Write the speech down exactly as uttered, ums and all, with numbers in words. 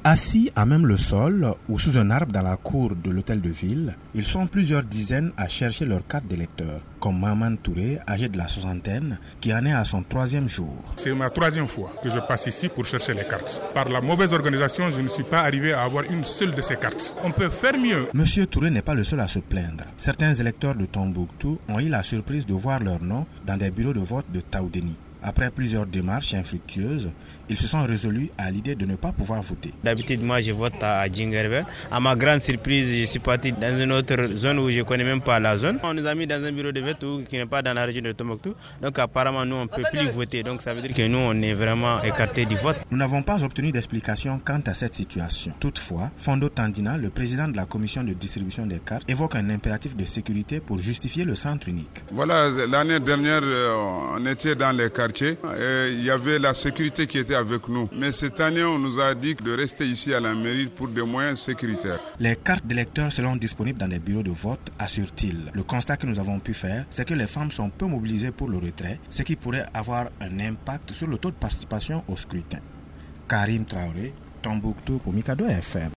Assis à même le sol ou sous un arbre dans la cour de l'hôtel de ville, ils sont plusieurs dizaines à chercher leur carte d'électeur, comme Maman Touré, âgé de la soixantaine, qui en est à son troisième jour. C'est ma troisième fois que je passe ici pour chercher les cartes. Par la mauvaise organisation, je ne suis pas arrivé à avoir une seule de ces cartes. On peut faire mieux. Monsieur Touré n'est pas le seul à se plaindre. Certains électeurs de Tombouctou ont eu la surprise de voir leur nom dans des bureaux de vote de Taoudéni. Après plusieurs démarches infructueuses, ils se sont résolus à l'idée de ne pas pouvoir voter. D'habitude, moi, je vote à Djinguerbel. À ma grande surprise, je suis parti dans une autre zone où je ne connais même pas la zone. On nous a mis dans un bureau de vote qui n'est pas dans la région de Tombouctou. Donc apparemment, nous, on ne peut plus voter. Donc ça veut dire que nous, on est vraiment écartés du vote. Nous n'avons pas obtenu d'explication quant à cette situation. Toutefois, Fondo Tandina, le président de la commission de distribution des cartes, évoque un impératif de sécurité pour justifier le centre unique. Voilà, l'année dernière, on était dans les quartiers. Et il y avait la sécurité qui était avec nous. Mais cette année, on nous a dit de rester ici à la mairie pour des moyens sécuritaires. Les cartes d'électeurs seront disponibles dans les bureaux de vote, assure-t-il. Le constat que nous avons pu faire, c'est que les femmes sont peu mobilisées pour le retrait, ce qui pourrait avoir un impact sur le taux de participation au scrutin. Karim Traoré, Tombouctou pour Mikado F M.